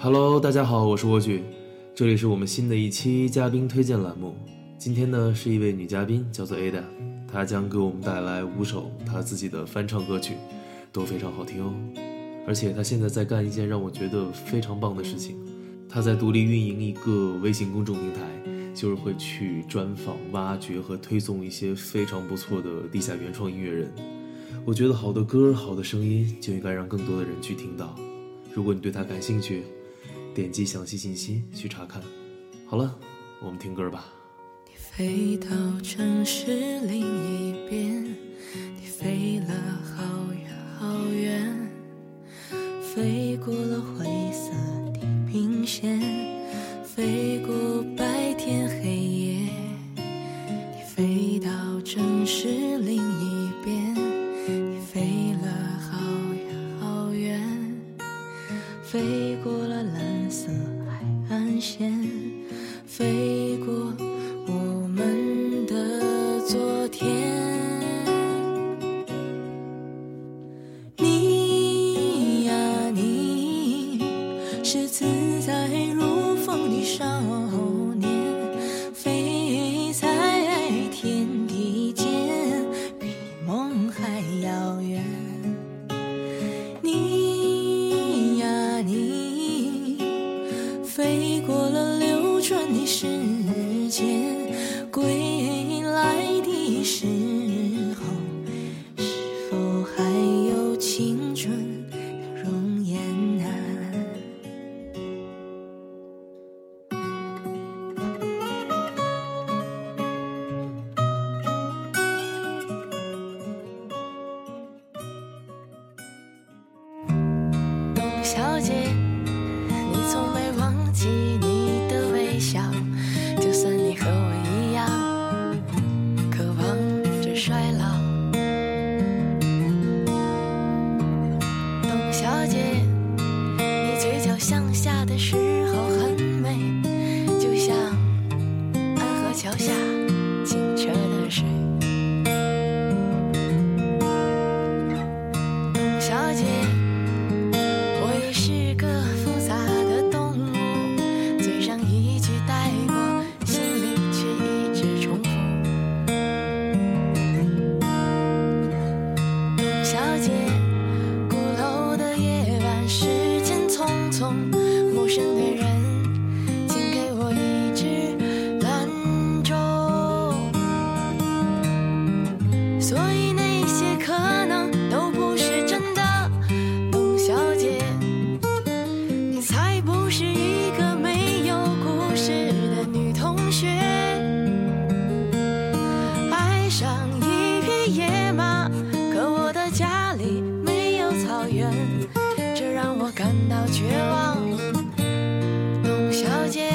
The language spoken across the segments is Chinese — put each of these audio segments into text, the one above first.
Hello， 大家好，我是莴苣，这里是我们新的一期嘉宾推荐栏目。今天呢是一位女嘉宾，叫做 Ada， 她将给我们带来5首她自己的翻唱歌曲，都非常好听哦。而且她现在在干一件让我觉得非常棒的事情，她在独立运营一个微信公众平台，就是会去专访、挖掘和推送一些非常不错的地下原创音乐人。我觉得好的歌、好的声音就应该让更多的人去听到。如果你对她感兴趣，点击详细信息去查看。好了，我们听歌吧。 你飞到城市另一边，你飞了好远好远，飞过了灰色地平线，飞过白天黑夜。你飞到城市另一边，你飞了好远好远，飞过了蓝色海岸线，飞过我们的昨天。你呀你，是自在如风的少年，飞在天地间，比梦还遥远。你呀你，飞过了流转的时间，归来的时候，是否还有青春的容颜啊？董小姐，你从没忘记你的微笑，就算你和我一样渴望着衰老。董小姐，你嘴角向下的时候很美，就像安河桥下清澈的水。董小姐，我也是个复杂的动物，嘴上一句带过，心里却一直重复。董小姐，鼓楼的夜晚，时间匆匆，陌生的人，请给我一支兰州。所以那些可能都不是真的，董小姐，你才不是一个没有故事的女同学。爱上一匹野马，可我的家里没有草原，这让我感到绝望。董小姐，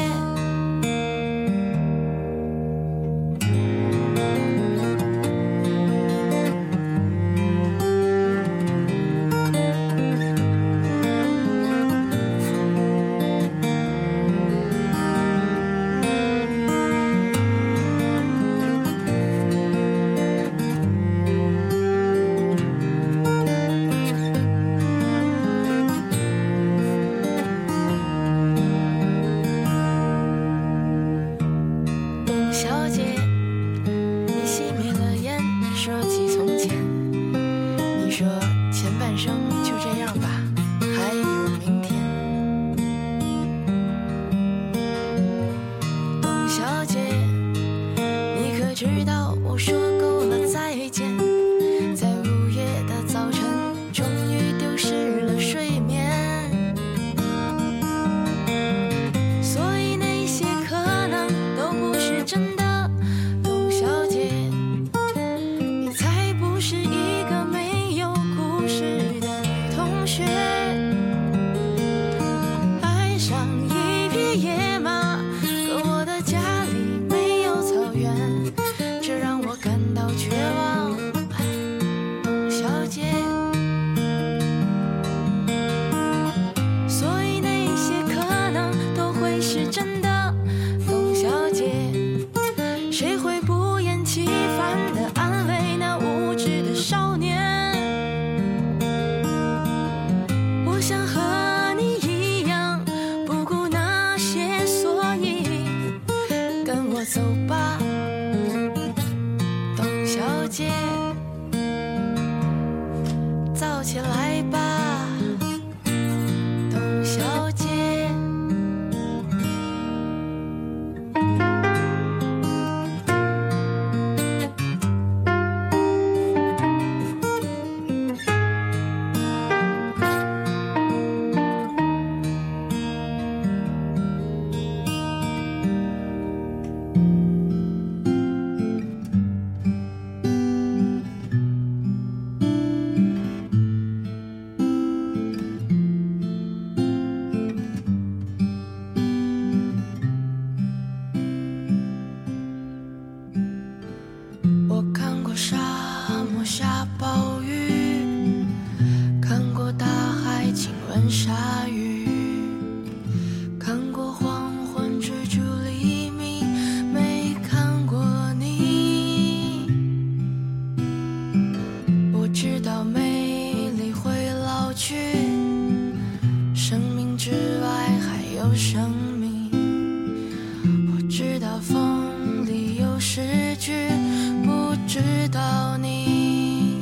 有生命。我知道风里有诗句，不知道你。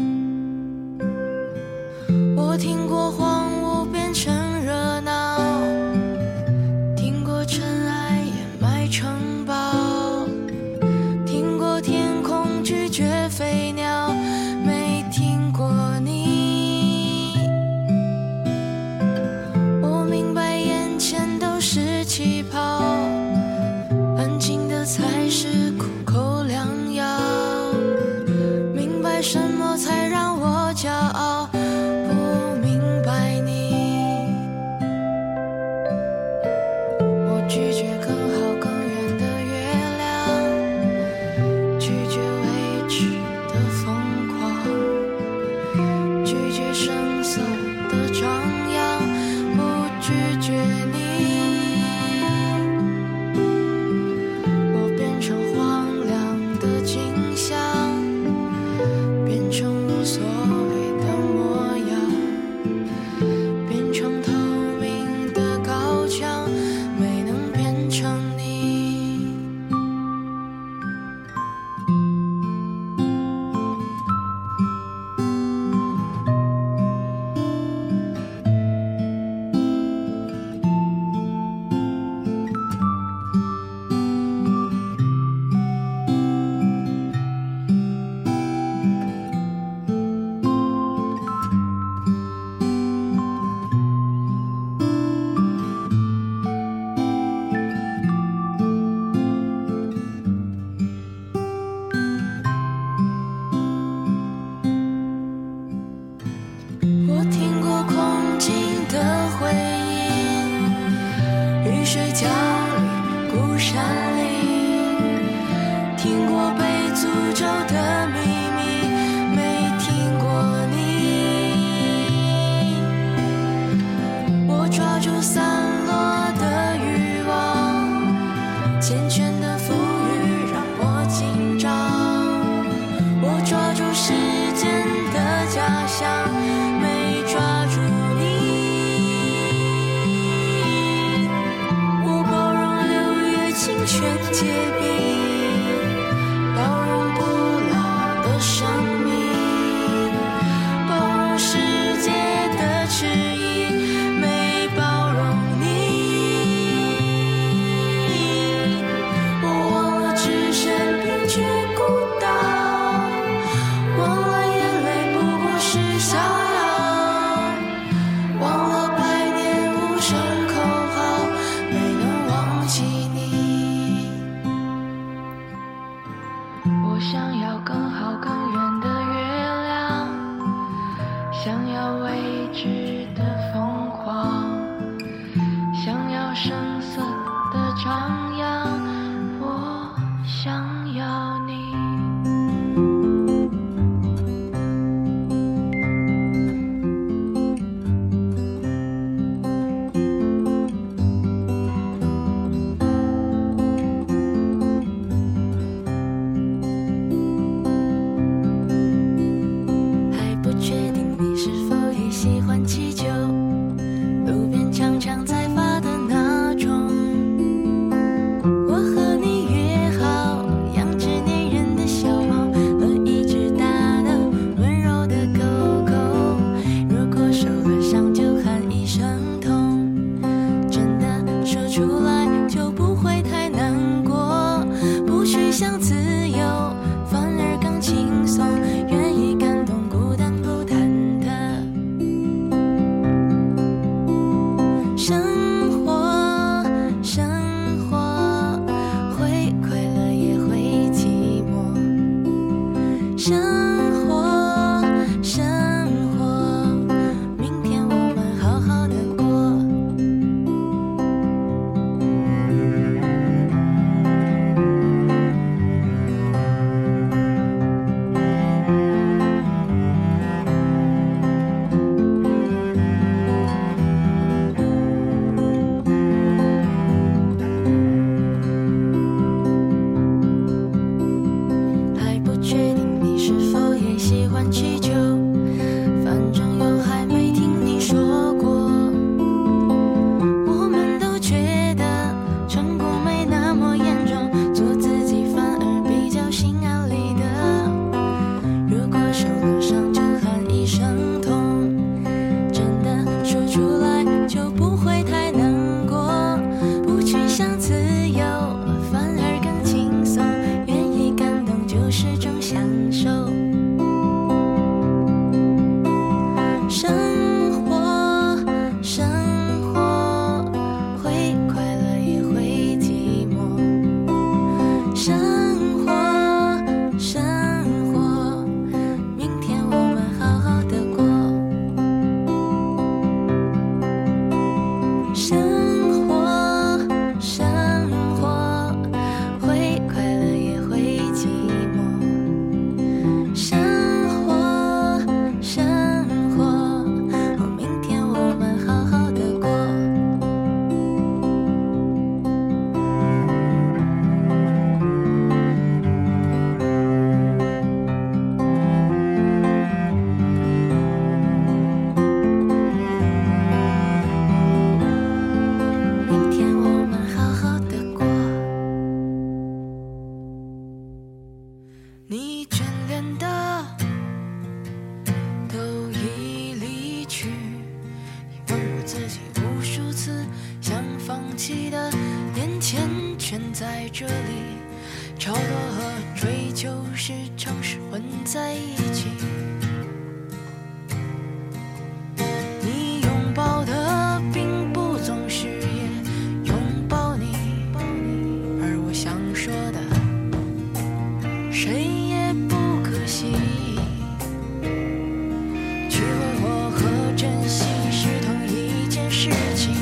我听过荒芜变成热闹，听过尘埃掩埋城堡，听过天空拒绝飞鸟，没听过你。我明白眼前都是气泡，安静的才是苦口良药，明白什么才让我骄傲，不明白你。我拒绝更好更远的月亮，拒绝未知的疯狂，拒绝声色的张扬，不拒绝你。我变成荒凉的景象，变成无所谓的模样，变成透明的高墙，没能变成你。我听过空境的回音，雨水浇绿孤山岭，听过被诅咒的秘密，没听过你。我抓住散落的欲望，缱绻的浮语让我紧张，我抓住时间的假象，没抓住你。我包容六月清泉结冰，包容不老的生命，包容世界的迟疑，没包容你。我忘了置身并居孤岛，忘了眼泪不过是逍遥，忘了百年无声口号，没能忘记你。我想要更好更远的月亮，想要未知的疯狂，想要声色的张扬，我想要你。还不确定你是否也喜欢气球，路边常常在发的那种。我和你约好，养只粘人的小猫和一只大的温柔的狗狗。如果受了伤就喊一声痛，真的说出来就不会太难过。不去想自由，反而更轻松，愿意感动孤单不忐忑。生活，生活，会快乐也会寂寞。生活，生活，明天我们好好的过。 生活，生活，会快乐也会寂寞。生活，生活，明天我们好好的过。明天我们好好的过。你眷恋的都已离去，你问过自己无数次，想放弃的眼前全在这里，超脱和追求时常是混在一起。你拥抱的并不总是也拥抱你，而我想说的谁也不可惜。去挥霍和珍惜是同一件事情，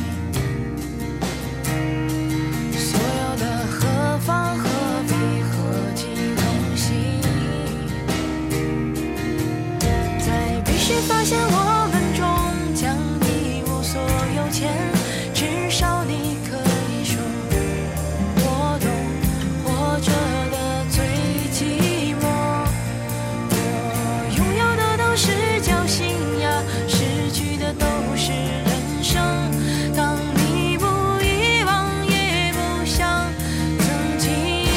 所有的何方何必何其东西，在必须发现我们终将一无所有前，至少你可以说我懂活着的最寂寞。我拥有的都是侥幸呀，失去的都是人生。当你不遗忘，也不想曾经，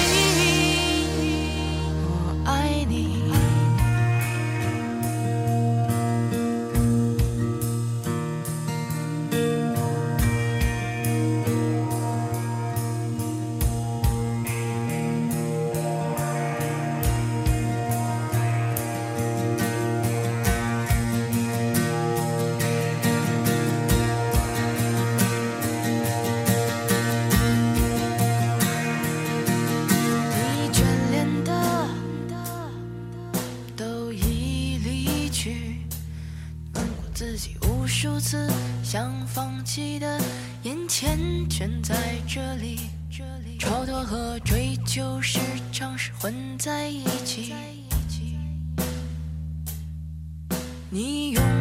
我爱你。你眷恋的都已离去，问过自己无数次，想放弃的眼前全在这里，超脱和追求时常是混在一起。你拥